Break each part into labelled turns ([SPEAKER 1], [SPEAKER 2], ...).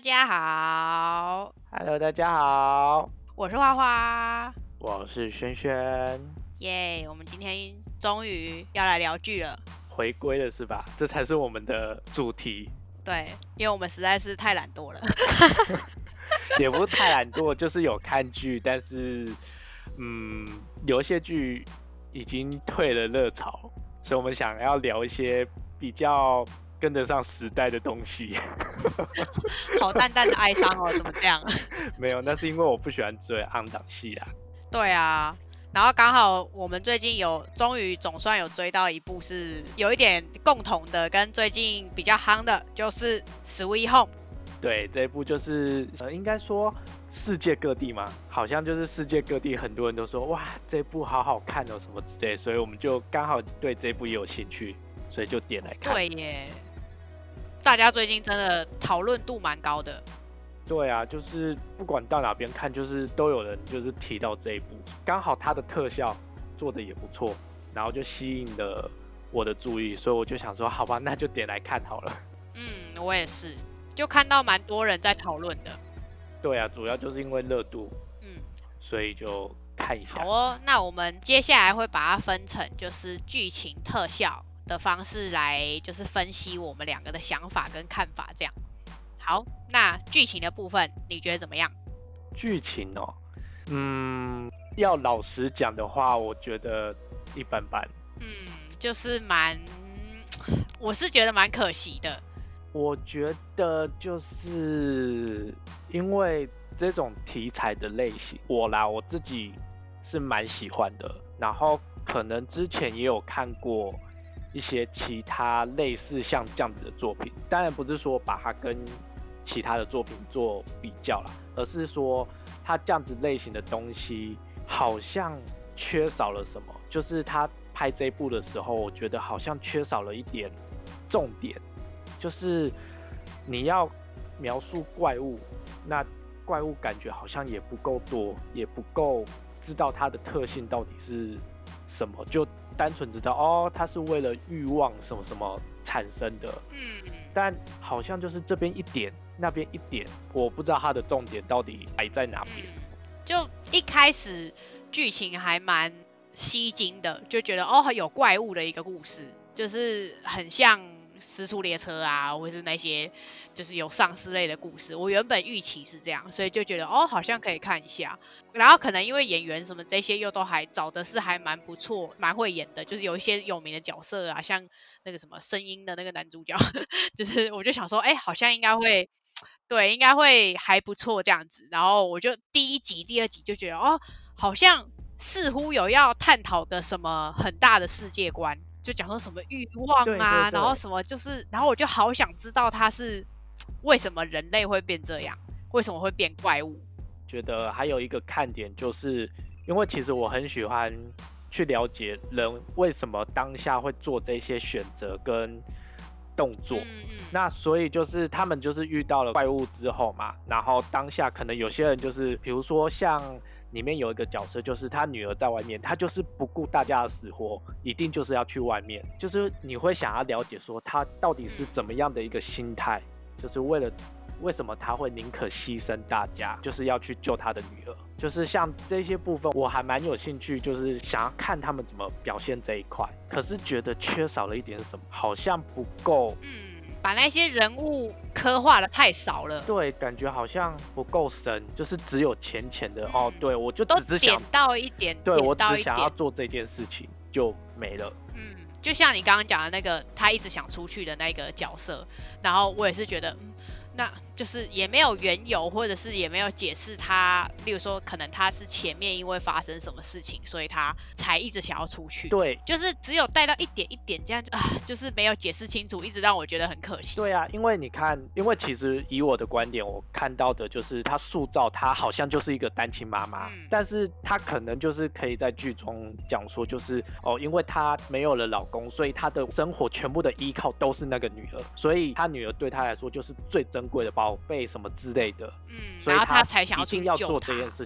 [SPEAKER 1] 家好，
[SPEAKER 2] Hello，大家好，
[SPEAKER 1] 我是花花，
[SPEAKER 2] 我是轩轩，
[SPEAKER 1] 耶我们今天终于要来聊剧了。
[SPEAKER 2] 回归了是吧？这才是我们的主题，
[SPEAKER 1] 对，因为我们实在是太懒惰了。
[SPEAKER 2] 也不是太懒惰，就是有看剧，但是有一些剧已经退了热潮，所以我们想要聊一些比较跟得上时代的东西。
[SPEAKER 1] 好淡淡的哀伤哦，怎么这样？
[SPEAKER 2] 没有，那是因为我不喜欢追昂档戏啦。
[SPEAKER 1] 对啊，然后刚好我们最近终于总算有追到一部是有一点共同的，跟最近比较夯的，就是《Sweet Home》。
[SPEAKER 2] 对，这一部就是应该说世界各地嘛，好像就是世界各地很多人都说哇，这部好好看哦什么之类，所以我们就刚好对这部也有兴趣，所以就点来看。
[SPEAKER 1] 对耶，大家最近真的讨论度蛮高的。
[SPEAKER 2] 对啊，就是不管到哪边看，就是都有人就是提到这一部，刚好它的特效做的也不错，然后就吸引了我的注意，所以我就想说，好吧，那就点来看好了。
[SPEAKER 1] 我也是，就看到蛮多人在讨论的。
[SPEAKER 2] 对啊，主要就是因为热度，
[SPEAKER 1] 嗯，
[SPEAKER 2] 所以就看一下。
[SPEAKER 1] 好哦，那我们接下来会把它分成就是剧情特效的方式来，就是分析我们两个的想法跟看法这样。好，那剧情的部分你觉得怎么样？
[SPEAKER 2] 剧情哦，要老实讲的话，我觉得一般般。
[SPEAKER 1] 就是我是觉得蛮可惜的。
[SPEAKER 2] 我觉得就是因为这种题材的类型，我自己是蛮喜欢的。然后可能之前也有看过一些其他类似像这样子的作品，当然不是说把它跟其他的作品做比较啦，而是说它这样子类型的东西好像缺少了什么，就是他拍这一部的时候，我觉得好像缺少了一点重点。就是你要描述怪物，那怪物感觉好像也不够多，也不够知道它的特性到底是什么，就单纯知道哦，它是为了欲望什么什么产生的。但好像就是这边一点，那边一点，我不知道它的重点到底摆在哪边。
[SPEAKER 1] 就一开始剧情还蛮吸睛的，就觉得哦有怪物的一个故事，就是很像失速列车啊，或是那些就是有丧尸类的故事。我原本预期是这样，所以就觉得哦好像可以看一下。然后可能因为演员什么这些又都还找的是还蛮不错，蛮会演的，就是有一些有名的角色啊，像那个什么声音的那个男主角，就是我就想说，好像应该会。对，应该会还不错这样子。然后我就第一集、第二集就觉得，哦，好像似乎有要探讨个什么很大的世界观，就讲说什么欲望啊，
[SPEAKER 2] 对
[SPEAKER 1] 然后什么就是，然后我就好想知道它是为什么人类会变这样，为什么会变怪物。
[SPEAKER 2] 觉得还有一个看点，就是因为其实我很喜欢去了解人为什么当下会做这些选择跟动作。那所以就是他们就是遇到了怪物之后嘛，然后当下可能有些人就是比如说像里面有一个角色，就是他女儿在外面，他就是不顾大家的死活，一定就是要去外面，就是你会想要了解说他到底是怎么样的一个心态，就是为什么他会宁可牺牲大家，就是要去救他的女儿。就是像这些部分我还蛮有兴趣，就是想要看他们怎么表现这一块，可是觉得缺少了一点什么，好像不够。
[SPEAKER 1] 把那些人物刻画的太少了。
[SPEAKER 2] 对，感觉好像不够深，就是只有浅浅的哦。对，我就只是
[SPEAKER 1] 点到一点，
[SPEAKER 2] 对，我只想要做这件事情就没了。
[SPEAKER 1] 就像你刚刚讲的那个他一直想出去的那个角色，然后我也是觉得那就是也没有缘由，或者是也没有解释他，例如说可能他是前面因为发生什么事情，所以他才一直想要出去。
[SPEAKER 2] 对，
[SPEAKER 1] 就是只有带到一点一点这样，就是没有解释清楚，一直让我觉得很可惜。
[SPEAKER 2] 对啊，因为你看，因为其实以我的观点，我看到的就是他塑造他好像就是一个单亲妈妈，但是他可能就是可以在剧中讲说，就是因为他没有了老公，所以他的生活全部的依靠都是那个女儿，所以他女儿对他来说就是最珍贵的宝贝什么之类的，所以
[SPEAKER 1] 然后他才想要
[SPEAKER 2] 一定要做这件事情。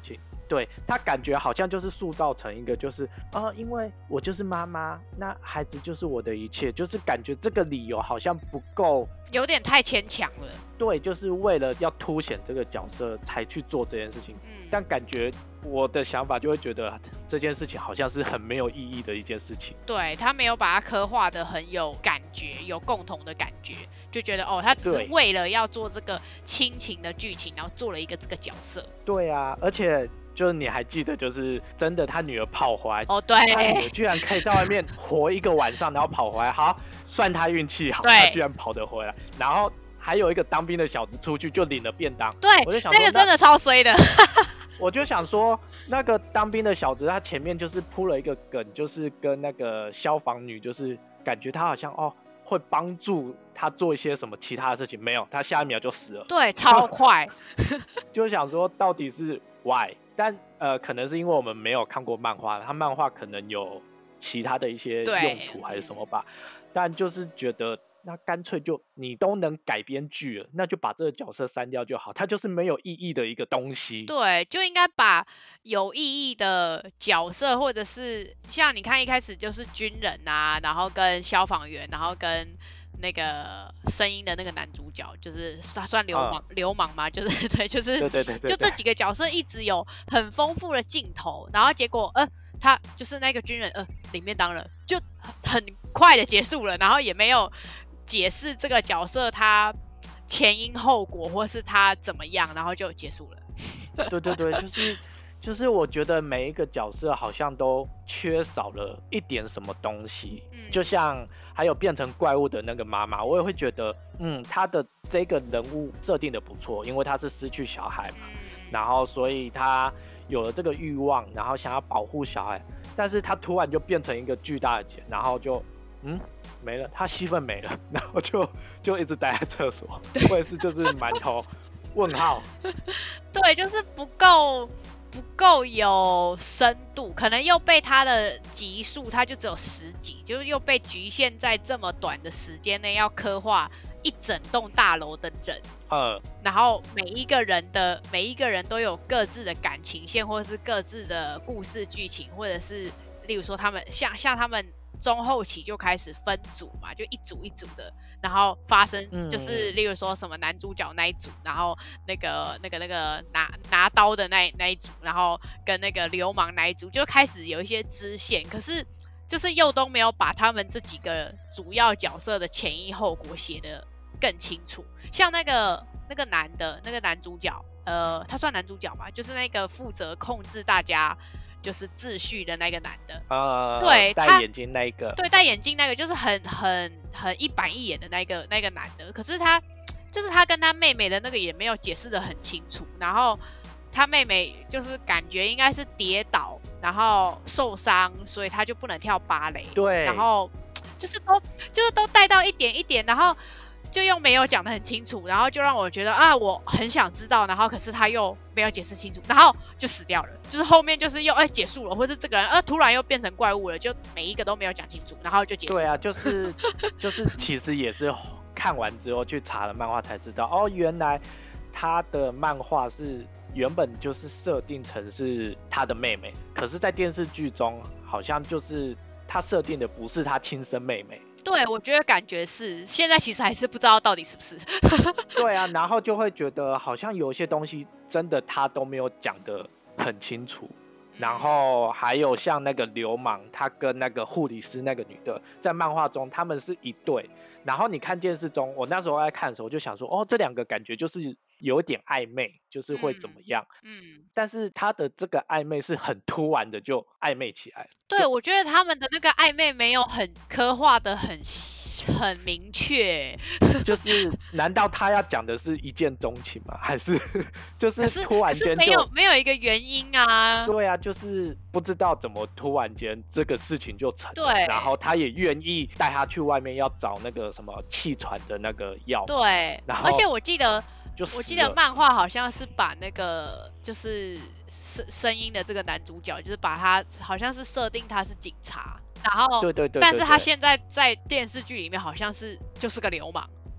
[SPEAKER 2] 对，他感觉好像就是塑造成一个就是因为我就是妈妈，那孩子就是我的一切，就是感觉这个理由好像不够，
[SPEAKER 1] 有点太牵强了。
[SPEAKER 2] 对，就是为了要凸显这个角色才去做这件事情。但感觉我的想法就会觉得这件事情好像是很没有意义的一件事情。
[SPEAKER 1] 对，他没有把它刻画的很有感觉，有共同的感觉，就觉得他只是为了要做这个亲情的剧情，然后做了一个这个角色。
[SPEAKER 2] 对啊，而且就是你还记得，就是真的他女儿跑回来，
[SPEAKER 1] 对，
[SPEAKER 2] 他女儿居然可以在外面活一个晚上，然后跑回来，好，算他运气好，他居然跑得回来，然后还有一个当兵的小子出去就领了便当，
[SPEAKER 1] 对，
[SPEAKER 2] 我就想说
[SPEAKER 1] 那个真的超衰的。
[SPEAKER 2] 我就想说，那个当兵的小子，他前面就是铺了一个梗，就是跟那个消防女，就是感觉他好像会帮助他做一些什么其他的事情，没有，他下一秒就死了。
[SPEAKER 1] 对，超快。
[SPEAKER 2] 就想说到底是 why？ 但可能是因为我们没有看过漫画，他漫画可能有其他的一些用途还是什么吧。但就是觉得那干脆就你都能改编剧了，那就把这个角色删掉就好，它就是没有意义的一个东西。
[SPEAKER 1] 对，就应该把有意义的角色，或者是像你看一开始就是军人啊，然后跟消防员，然后跟那个声音的那个男主角，就是他算流氓嘛，就是对，就是
[SPEAKER 2] 对，
[SPEAKER 1] 就这几个角色一直有很丰富的镜头，然后结果他就是那个军人领便当了，就很快的结束了，然后也没有解释这个角色他前因后果，或是他怎么样，然后就结束了。
[SPEAKER 2] 对，就是我觉得每一个角色好像都缺少了一点什么东西，就像还有变成怪物的那个妈妈，我也会觉得她的这个人物设定的不错，因为她是失去小孩嘛，然后所以她有了这个欲望，然后想要保护小孩，但是她突然就变成一个巨大的茧，然后就没了，她戏份没了，然后就一直待在厕所，我也是就是满头问号。
[SPEAKER 1] 对，就是不够有深度，可能又被他的集数，他就只有10集，就是又被局限在这么短的时间内要刻画一整栋大楼的人，然后每一个人都有各自的感情线，或者是各自的故事剧情，或者是例如说他们像他们中后期就开始分组嘛，就一组一组的，然后发生就是例如说什么男主角那一组，然后那个拿刀的那一组，然后跟那个流氓那一组，就开始有一些支线，可是就是又都没有把他们这几个主要角色的前因后果写得更清楚。像那个男主角，他算男主角吧，就是那个负责控制大家就是秩序的那个男的，对，
[SPEAKER 2] 戴眼镜那一个，
[SPEAKER 1] 对，戴眼镜那个就是很一板一眼的那个男的，可是他跟他妹妹的那个也没有解释得很清楚，然后他妹妹就是感觉应该是跌倒然后受伤，所以他就不能跳芭蕾，
[SPEAKER 2] 对，
[SPEAKER 1] 然后就是都带到一点一点，然后就又没有讲得很清楚，然后就让我觉得我很想知道，然后可是他又没有解释清楚，然后就死掉了，就是后面就是又结束了，或是这个人突然又变成怪物了，就每一个都没有讲清楚，然后就结束了。
[SPEAKER 2] 对啊，就是其实也是看完之后去查了漫画才知道，原来他的漫画是原本就是设定成是他的妹妹，可是在电视剧中好像就是他设定的不是他亲生妹妹。
[SPEAKER 1] 对，我觉得感觉是，现在其实还是不知道到底是不是。
[SPEAKER 2] 对啊，然后就会觉得好像有一些东西真的他都没有讲得很清楚。然后还有像那个流氓，他跟那个护理师那个女的，在漫画中他们是一对。然后你看电视中，我那时候在看的时候就想说，这两个感觉就是有点暧昧，就是会怎么样。但是他的这个暧昧是很突然的就暧昧起来。
[SPEAKER 1] 对，我觉得他们的那个暧昧没有很刻画的很明确。
[SPEAKER 2] 就是难道他要讲的是一见钟情吗？还是就是突然间
[SPEAKER 1] 就没有一个原因啊？
[SPEAKER 2] 对啊，就是不知道怎么突然间这个事情就成了。
[SPEAKER 1] 对，
[SPEAKER 2] 然后他也愿意带他去外面要找那个什么气喘的那个药。
[SPEAKER 1] 对，
[SPEAKER 2] 然后
[SPEAKER 1] 而且我记得漫画好像是把那个就是声音的这个男主角，就是把他好像是设定他是警察，然后
[SPEAKER 2] 对，
[SPEAKER 1] 但是他现在在电视剧里面好像是就是个流氓，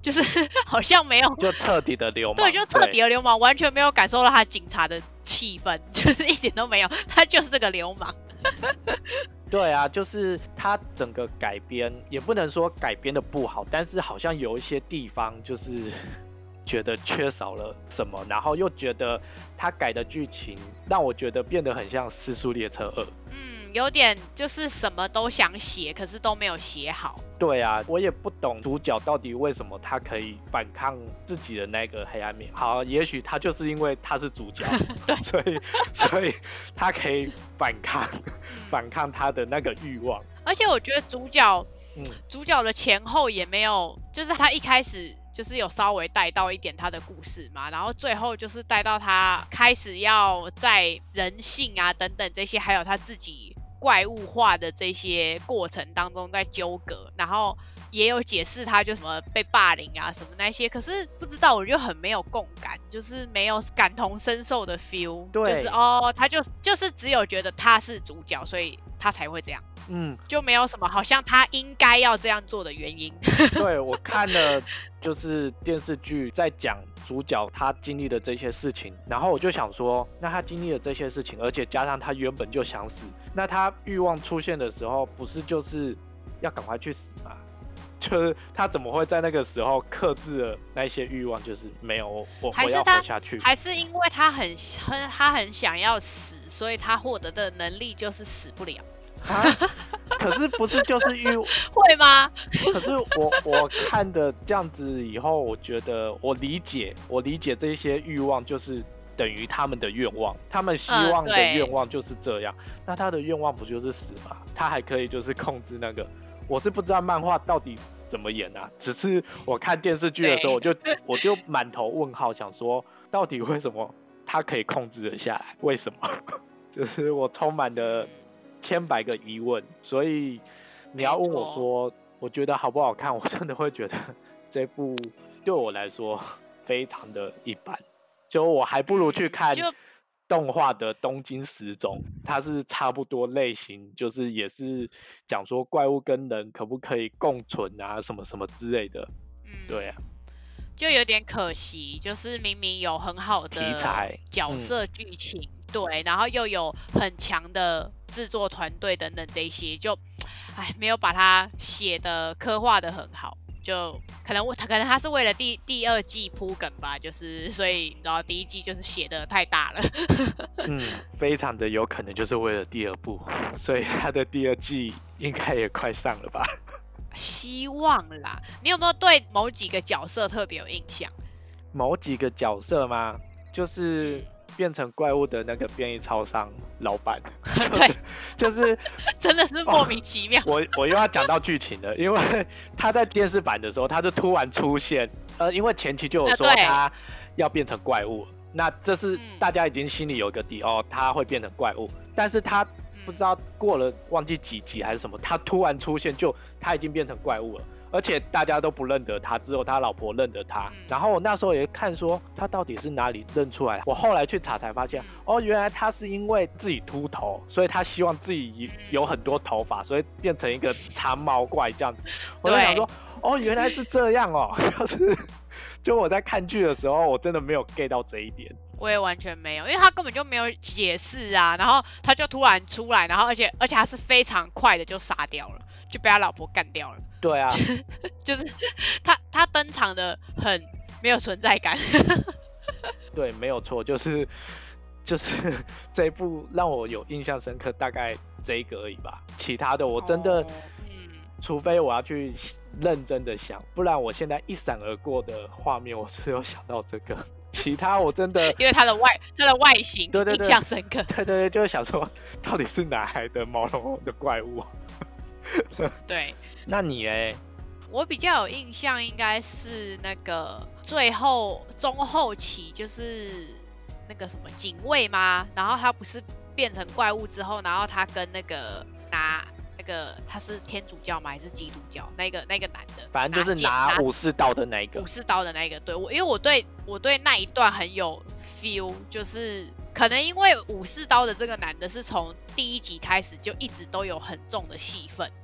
[SPEAKER 1] 就是好像没有
[SPEAKER 2] 就彻底的流氓，
[SPEAKER 1] 对，就彻底的流氓，完全没有感受到他警察的气氛，就是一点都没有，他就是这个流氓。
[SPEAKER 2] 对啊，就是他整个改编也不能说改编的不好，但是好像有一些地方就是觉得缺少了什么，然后又觉得他改的剧情让我觉得变得很像《失速列车2》。
[SPEAKER 1] 有点就是什么都想写，可是都没有写好。
[SPEAKER 2] 对啊，我也不懂主角到底为什么他可以反抗自己的那个黑暗面。好，也许他就是因为他是主角，所以他可以反抗他的那个欲望。
[SPEAKER 1] 而且我觉得主角的前后也没有，就是他一开始就是有稍微带到一点他的故事嘛，然后最后就是带到他开始要在人性啊等等这些，还有他自己怪物化的这些过程当中在纠葛，然后也有解释他就什么被霸凌啊什么那些，可是不知道我就很没有共感，就是没有感同身受的 feel，
[SPEAKER 2] 对，
[SPEAKER 1] 就是他就是只有觉得他是主角，所以他才会这样。就没有什么好像他应该要这样做的原因。
[SPEAKER 2] 对，我看了就是电视剧在讲主角他经历的这些事情，然后我就想说，那他经历了这些事情，而且加上他原本就想死，那他欲望出现的时候，不是就是要赶快去死吗？就是他怎么会在那个时候克制了那些欲望？就是没有我要活下去，
[SPEAKER 1] 还是因为他很想要死，所以他获得的能力就是死不了。
[SPEAKER 2] 可是不是就是
[SPEAKER 1] 会吗？
[SPEAKER 2] 可是我看的这样子以后，我觉得我理解这些欲望就是等于他们的愿望，他们希望的愿望就是这样。那他的愿望不就是死吗？他还可以就是控制那个。我是不知道漫画到底怎么演啊，只是我看电视剧的时候，我就满头问号，想说到底为什么他可以控制得下来？为什么？就是我充满了千百个疑问，所以你要问我说，我觉得好不好看，我真的会觉得这部对我来说非常的一般，就我还不如去看动画的《东京食种》，它是差不多类型，就是也是讲说怪物跟人可不可以共存啊，什么什么之类的。对啊，
[SPEAKER 1] 就有点可惜，就是明明有很好的
[SPEAKER 2] 题材、
[SPEAKER 1] 角色剧情，对，然后又有很强的制作团队等等这些，就没有把它写的刻画的很好。就可能他是为了第二季铺梗吧，就是所以你知道第一季就是写的太大了。
[SPEAKER 2] 非常的有可能就是为了第二部，所以他的第二季应该也快上了吧？
[SPEAKER 1] 希望啦。你有没有对某几个角色特别有印象？
[SPEAKER 2] 某几个角色吗？就是变成怪物的那个便利超商老板，
[SPEAKER 1] 对，
[SPEAKER 2] 就是
[SPEAKER 1] 真的是莫名其妙。
[SPEAKER 2] 我又要讲到剧情了，因为他在电视版的时候，他就突然出现，因为前期就有说他要变成怪物，那这是大家已经心里有个底哦，他会变成怪物，但是他不知道过了忘记几集还是什么，他突然出现，他已经变成怪物了。而且大家都不认得他，只有他老婆认得他。然后我那时候也看说他到底是哪里认出来。我后来去查才发现，原来他是因为自己秃头，所以他希望自己有很多头发，所以变成一个长毛怪这样子。我就想说，原来是这样哦，就我在看剧的时候，我真的没有 get 到这一点。
[SPEAKER 1] 我也完全没有，因为他根本就没有解释啊，然后他就突然出来，然后而且他是非常快的就杀掉了，就被他老婆干掉了。
[SPEAKER 2] 对啊，
[SPEAKER 1] 就是他登场的很没有存在感。
[SPEAKER 2] 对，没有错，就是这一部让我有印象深刻，大概这一个而已吧。其他的我真的，除非我要去认真的想，不然我现在一闪而过的画面，我是有想到这个。其他我真的，
[SPEAKER 1] 因为他的外形印象深刻。
[SPEAKER 2] 对，就是想说，到底是哪来的毛茸茸的怪物？
[SPEAKER 1] 对，
[SPEAKER 2] 那你嘞？
[SPEAKER 1] 我比较有印象应该是那个最后中后期，就是那个什么警卫吗？然后他不是变成怪物之后，然后他跟那个他是天主教吗还是基督教？那个男的，
[SPEAKER 2] 反正就是拿武士刀的那一个。
[SPEAKER 1] 武士刀的那个，对，因为我对那一段很有 feel， 就是可能因为武士刀的这个男的是从第一集开始就一直都有很重的戏份。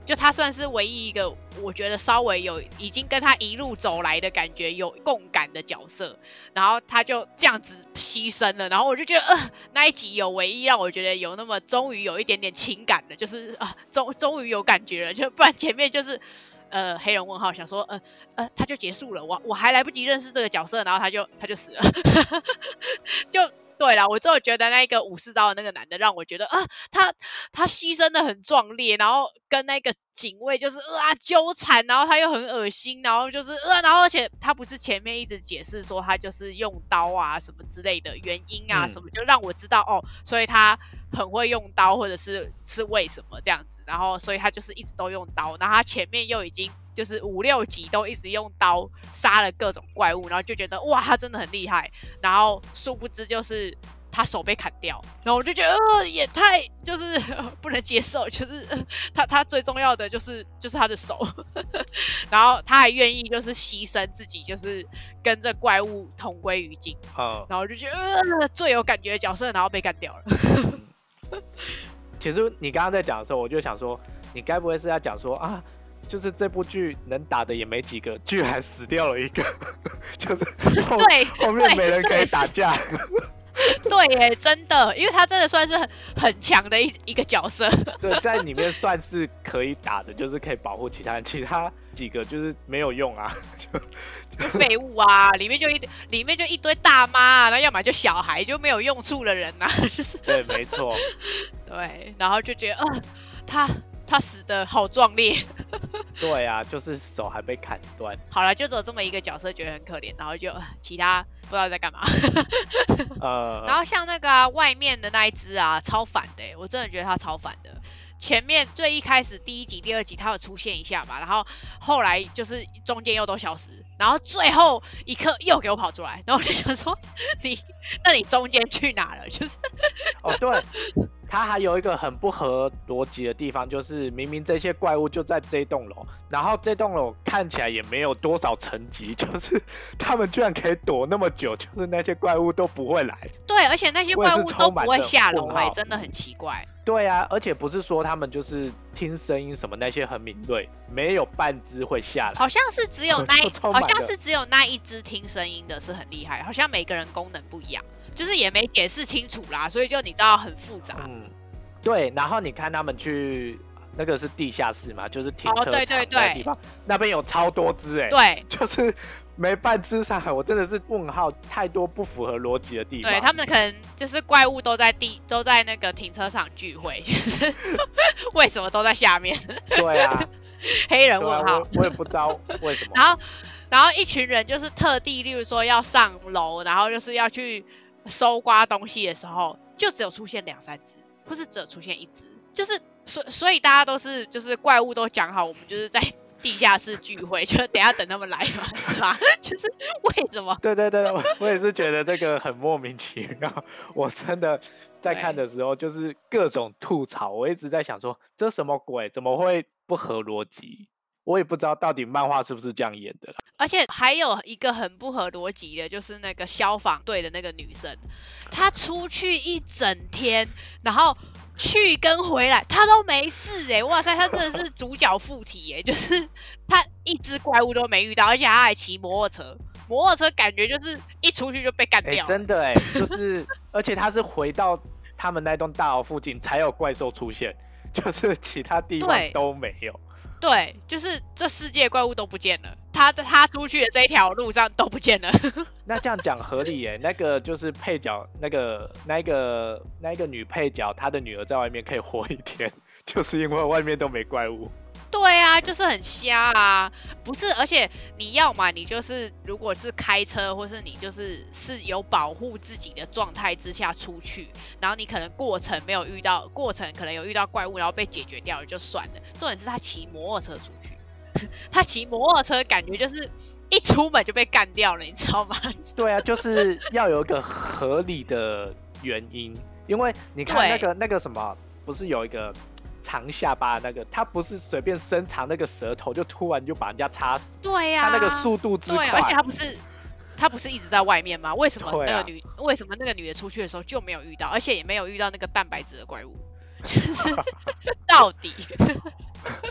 [SPEAKER 1] 就他算是唯一一个我觉得稍微已经跟他一路走来的感觉有共感的角色，然后他就这样子牺牲了，然后我就觉得那一集有唯一让我觉得有那么终于有一点点情感的，就是终于有感觉了，就不然前面就是黑人问号想说他就结束了，我还来不及认识这个角色，然后他就死了就对啦，我就觉得那个武士刀的那个男的让我觉得他牺牲的很壮烈，然后跟那个警卫就是纠缠，然后他又很恶心，然后就是然后而且他不是前面一直解释说他就是用刀啊什么之类的原因啊什么，就让我知道所以他很会用刀或者是为什么这样子，然后所以他就是一直都用刀，然后他前面又已经就是5、6集都一直用刀杀了各种怪物，然后就觉得哇他真的很厉害，然后殊不知就是他手被砍掉，然后我就觉得也太就是不能接受，就是他最重要的就是他的手然后他还愿意就是牺牲自己，就是跟这怪物同归于尽，然后我就觉得最有感觉的角色然后被干掉了
[SPEAKER 2] 其实你刚刚在讲的时候我就想说你该不会是要讲说就是这部剧能打的也没几个，居然死掉了一个就是后面没人可以打架
[SPEAKER 1] 对耶，真的，因为他真的算是很强的一个角色。
[SPEAKER 2] 对，在里面算是可以打的，就是可以保护其他人，其他几个就是没有用啊，
[SPEAKER 1] 就废物啊，里面就一堆大妈，然后要么就小孩，就没有用处的人啊。
[SPEAKER 2] 对，没错。
[SPEAKER 1] 对，然后就觉得他死得好壮烈。
[SPEAKER 2] 对啊，就是手还被砍断。
[SPEAKER 1] 好了，就只有这么一个角色觉得很可怜，然后就其他不知道在干嘛。然后像那个外面的那一只超烦的我真的觉得他超烦的。前面最一开始第1集、第2集他有出现一下嘛，然后后来就是中间又都消失，然后最后一刻又给我跑出来，然后我就想说那你中间去哪了？就是
[SPEAKER 2] 对。它还有一个很不合逻辑的地方，就是明明这些怪物就在这栋楼，然后这栋楼看起来也没有多少层级，就是他们居然可以躲那么久，就是那些怪物都不会来。
[SPEAKER 1] 对，而且那些怪物都不会下楼真的很奇怪。
[SPEAKER 2] 对啊，而且不是说他们就是听声音什么那些很敏锐，没有半只会下来。
[SPEAKER 1] 好像是只有那一只听声音的是很厉害，好像每个人功能不一样。就是也没解释清楚啦，所以就你知道很复杂。
[SPEAKER 2] 对，然后你看他们去那个是地下室嘛，就是停车场的地方，那边有超多只
[SPEAKER 1] 对，
[SPEAKER 2] 就是没半只上海，我真的是问号，太多不符合逻辑的地方。
[SPEAKER 1] 对，他们可能就是怪物都在那个停车场聚会，就是为什么都在下面？
[SPEAKER 2] 对啊，
[SPEAKER 1] 黑人问号，
[SPEAKER 2] 我也不知道为什么。
[SPEAKER 1] 然后一群人就是特地，例如说要上楼，然后就是要去搜刮东西的时候，就只有出现2、3只，或是只有出现1只，就是所以大家都是就是怪物都讲好，我们就是在地下室聚会，就等他们来嘛，是吗？就是为什么？
[SPEAKER 2] 对，我也是觉得这个很莫名其妙。我真的在看的时候就是各种吐槽，我一直在想说这什么鬼，怎么会不合逻辑？我也不知道到底漫画是不是这样演的啦。
[SPEAKER 1] 而且还有一个很不合逻辑的，就是那个消防队的那个女生，她出去一整天，然后去跟回来她都没事哇塞，她真的是主角附体就是她一只怪物都没遇到，而且她还骑摩托车感觉就是一出去就被干掉了。
[SPEAKER 2] 真的就是而且她是回到他们那栋大楼附近才有怪兽出现，就是其他地方都没有。
[SPEAKER 1] 对，就是这世界怪物都不见了，他出去的这一条路上都不见了。
[SPEAKER 2] 那这样讲合理那个就是配角，那个女配角，她的女儿在外面可以活1天，就是因为外面都没怪物。
[SPEAKER 1] 对啊，就是很瞎啊，不是，而且你要嘛，你就是如果是开车，或是你就是有保护自己的状态之下出去，然后你可能过程可能有遇到怪物，然后被解决掉了就算了。重点是他骑摩托车出去，他骑摩托车感觉就是一出门就被干掉了，你知道吗？
[SPEAKER 2] 对啊，就是要有一个合理的原因，因为你看那个什么，不是有一个长下巴那个，他不是随便伸长那个舌头就突然就把人家插死。
[SPEAKER 1] 对呀，
[SPEAKER 2] 他那个速度之快，
[SPEAKER 1] 而且他不是一直在外面吗？为什么那个女的出去的时候就没有遇到，而且也没有遇到那个蛋白质的怪物？就是到底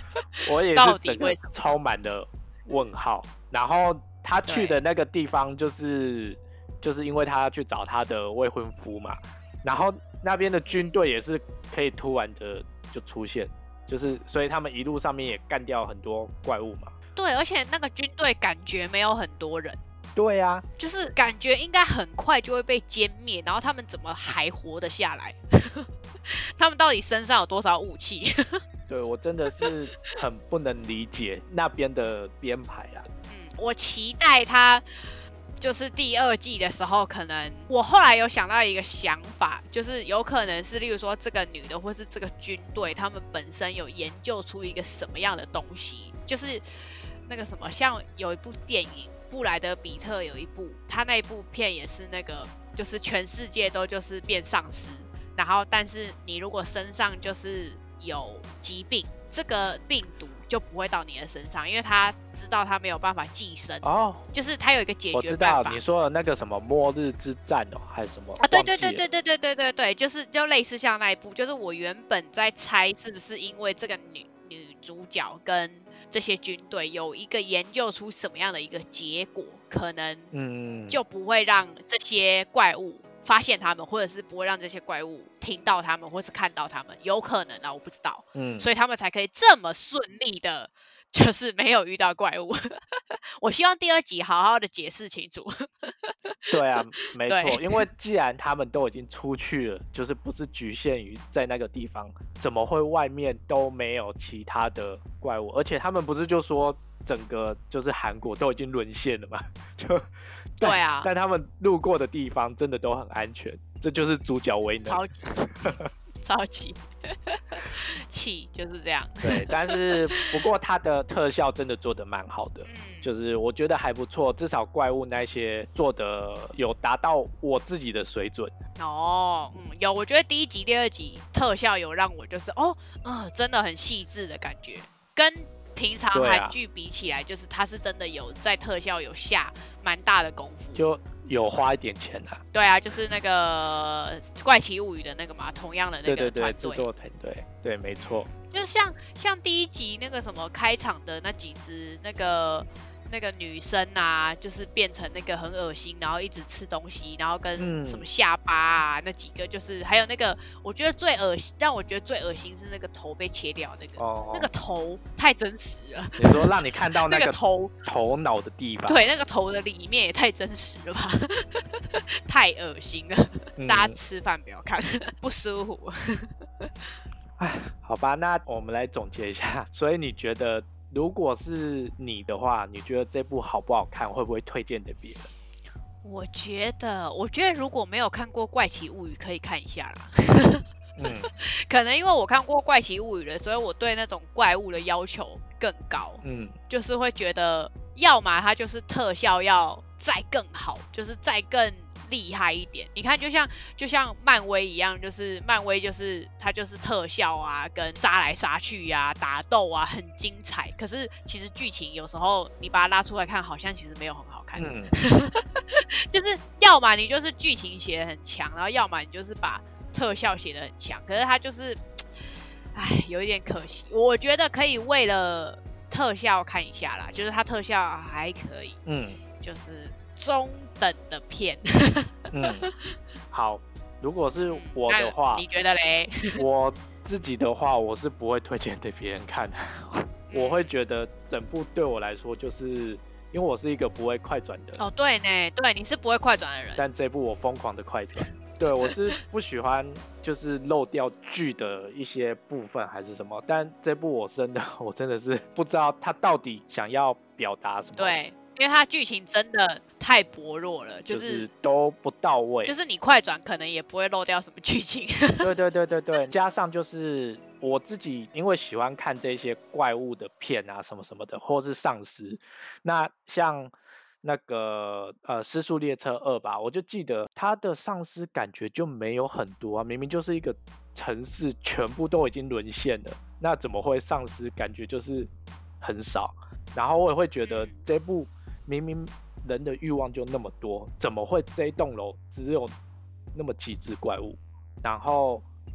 [SPEAKER 2] 我也是
[SPEAKER 1] 到底
[SPEAKER 2] 整个
[SPEAKER 1] 为什么？
[SPEAKER 2] 超满的问号。然后他去的那个地方就是因为他要去找他的未婚夫嘛，然后那边的军队也是可以突然的就出现，就是所以他们一路上面也干掉很多怪物嘛。
[SPEAKER 1] 对，而且那个军队感觉没有很多人，
[SPEAKER 2] 对啊，
[SPEAKER 1] 就是感觉应该很快就会被歼灭，然后他们怎么还活得下来？他们到底身上有多少武器？
[SPEAKER 2] 对我真的是很不能理解那边的编排啊。
[SPEAKER 1] 我期待他就是第二季的时候，可能我后来有想到一个想法，就是有可能是例如说这个女的或是这个军队，他们本身有研究出一个什么样的东西，就是那个什么，像有一部电影，布莱德比特有一部，他那一部片也是那个，就是全世界都就是变丧尸，然后但是你如果身上就是有疾病，这个病毒就不会到你的身上，因为他知道他没有办法寄生，
[SPEAKER 2] 哦，
[SPEAKER 1] 就是他有一个解
[SPEAKER 2] 我知
[SPEAKER 1] 决办法。
[SPEAKER 2] 道你说的那个什么末日之战哦，还是什么
[SPEAKER 1] 啊，对
[SPEAKER 2] 忘记了
[SPEAKER 1] 对对对对对对对对，就类似像那一部，就是我原本在猜是不是因为这个女主角跟这些军队有一个研究出什么样的一个结果，可能就不会让这些怪物发现他们，或者是不会让这些怪物听到他们，或是看到他们，有可能啊，我不知道，所以他们才可以这么顺利的，就是没有遇到怪物。我希望第二集好好的解释清楚。
[SPEAKER 2] 对啊，没错，
[SPEAKER 1] 对
[SPEAKER 2] 因为既然他们都已经出去了，就是不是局限于在那个地方，怎么会外面都没有其他的怪物？而且他们不是就说整个就是韩国都已经沦陷了嘛？就
[SPEAKER 1] 对啊，
[SPEAKER 2] 但他们路过的地方真的都很安全，这就是主角为能。
[SPEAKER 1] 超级超级气就是这样。
[SPEAKER 2] 对，但是不过它的特效真的做得蛮好的，就是我觉得还不错，至少怪物那些做的有达到我自己的水准。
[SPEAKER 1] 哦，有，我觉得第一集、第二集特效有让我就是真的很细致的感觉，跟平常韩剧比起来，就是它是真的有在特效有下蛮大的功夫，
[SPEAKER 2] 就有花一点钱啊。
[SPEAKER 1] 对啊，就是那个怪奇物语的那个嘛，同样的那个团队，
[SPEAKER 2] 制作团队，对，没错。
[SPEAKER 1] 就像第一集那个什么开场的那几只那个女生啊，就是变成那个很恶心，然后一直吃东西，然后跟什么下巴啊那几个，就是还有那个我觉得让我觉得最恶心是那个头被切掉那个，那个头太真实了。
[SPEAKER 2] 你说让你看到那个
[SPEAKER 1] 头
[SPEAKER 2] 脑的地方，
[SPEAKER 1] 对，那个头的里面也太真实了吧，太恶心了，大家吃饭不要看，不舒服。
[SPEAKER 2] 哎，好吧，那我们来总结一下。所以你觉得，如果是你的话，你觉得这部好不好看？会不会推荐给别人？
[SPEAKER 1] 我觉得如果没有看过《怪奇物语》，可以看一下啦。可能因为我看过《怪奇物语》了，所以我对那种怪物的要求更高。就是会觉得，要么它就是特效要再更好，就是再更厉害一点。你看，就像漫威一样，就是漫威就是它就是特效啊，跟杀来杀去啊，打斗啊，很精彩。可是其实剧情有时候你把它拉出来看，好像其实没有很好看。就是要么你就是剧情写得很强，然后要么你就是把特效写得很强。可是它就是，有一点可惜。我觉得可以为了特效看一下啦，就是它特效还可以。就是中等的片。
[SPEAKER 2] 好，如果是我的话，
[SPEAKER 1] 你觉得嘞？
[SPEAKER 2] 我自己的话，我是不会推荐给别人看的。我会觉得整部对我来说，就是因为我是一个不会快转的人。
[SPEAKER 1] 哦，对呢，对，你是不会快转的人。
[SPEAKER 2] 但这部我疯狂的快转。对，我是不喜欢就是漏掉剧的一些部分还是什么，但这部我真的是不知道他到底想要表达什么。
[SPEAKER 1] 对。因为它剧情真的太薄弱了，
[SPEAKER 2] 就是都不到位，
[SPEAKER 1] 就是你快转可能也不会漏掉什么剧情。
[SPEAKER 2] 对，加上就是我自己因为喜欢看这些怪物的片啊什么什么的，或是丧尸，那像那个失速列车2吧，我就记得它的丧尸感觉就没有很多啊，明明就是一个城市全部都已经沦陷了，那怎么会丧尸感觉就是很少？然后我也会觉得这部明明人的欲望就那么多，怎么会这一栋楼只有那么几只怪物？然后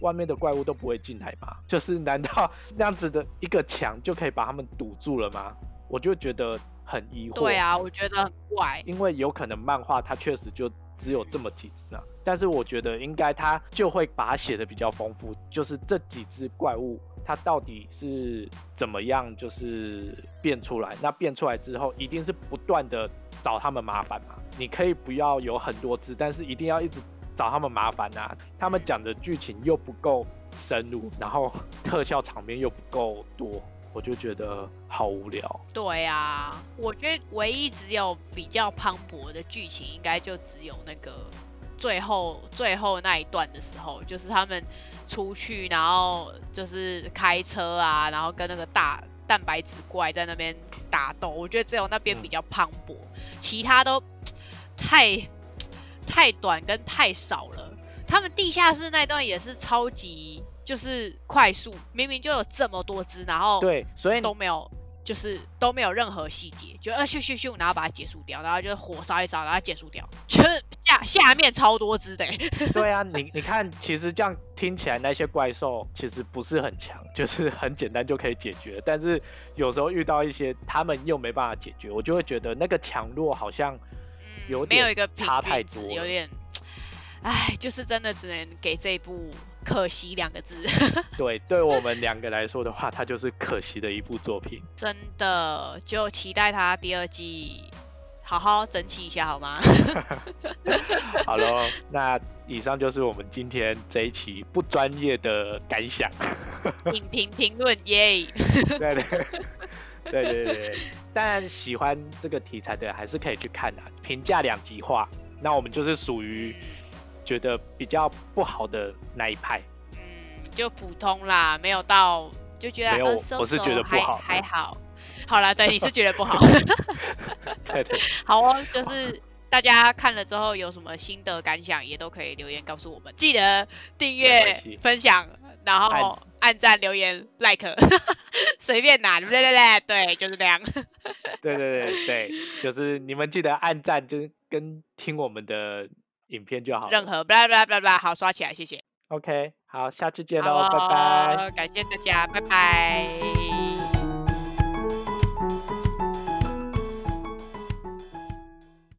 [SPEAKER 2] 外面的怪物都不会进来吗？就是难道那样子的一个墙就可以把他们堵住了吗？我就觉得很疑惑。
[SPEAKER 1] 对啊，我觉得很怪。
[SPEAKER 2] 因为有可能漫画它确实就只有这么几只啊，但是我觉得应该它就会把它写的比较丰富，就是这几只怪物它到底是怎么样就是变出来，那变出来之后一定是不断的找他们麻烦嘛，你可以不要有很多只，但是一定要一直找他们麻烦啊，他们讲的剧情又不够深入，然后特效场面又不够多，我就觉得好无聊。
[SPEAKER 1] 对啊，我觉得唯一只有比较磅礴的剧情，应该就只有那个最后那一段的时候，就是他们出去，然后就是开车啊，然后跟那个大蛋白质怪在那边打斗，我觉得只有那边比较磅礴，其他都太短跟太少了。他们地下室那段也是超级就是快速，明明就有这么多只，然后
[SPEAKER 2] 对，所以
[SPEAKER 1] 都没有。就是都没有任何细节，就咻咻咻，然后把它结束掉，然后就火烧一烧，然后结束掉，就是下面超多只的。
[SPEAKER 2] 对啊，你看，其实这样听起来那些怪兽其实不是很强，就是很简单就可以解决，但是有时候遇到一些他们又没办法解决，我就会觉得那个强弱好像有
[SPEAKER 1] 没有一
[SPEAKER 2] 点
[SPEAKER 1] 个平
[SPEAKER 2] 差太多
[SPEAKER 1] 均值，有点，唉，就是真的只能给这一部可惜2个字。
[SPEAKER 2] 对，对我们2个来说的话，它就是可惜的一部作品。
[SPEAKER 1] 真的，就期待它第2季好好争气一下好吗？
[SPEAKER 2] 好咯，那以上就是我们今天这一期不专业的感想。
[SPEAKER 1] 影评评论耶。
[SPEAKER 2] 对对对对对，当然喜欢这个题材的还是可以去看啊，评价2极化，那我们就是属于觉得比较不好的那一派。
[SPEAKER 1] 就普通啦，没有到就觉得
[SPEAKER 2] 没有，我是觉得不好，
[SPEAKER 1] 还好。好啦，对，你是觉得不好。
[SPEAKER 2] 对对，
[SPEAKER 1] 好哦，就是大家看了之后有什么心得感想，也都可以留言告诉我们。记得订阅、分享，然后按赞、留言、like， 随便拿，对，就是这样。
[SPEAKER 2] 对对对对，就是你们记得按赞，就是跟听我们的影片就好了。
[SPEAKER 1] 任何blah blah blah blah，好，刷起来，谢谢。
[SPEAKER 2] OK，好，下次见喽，
[SPEAKER 1] 好哦，
[SPEAKER 2] 拜拜。
[SPEAKER 1] 感谢大家，拜拜。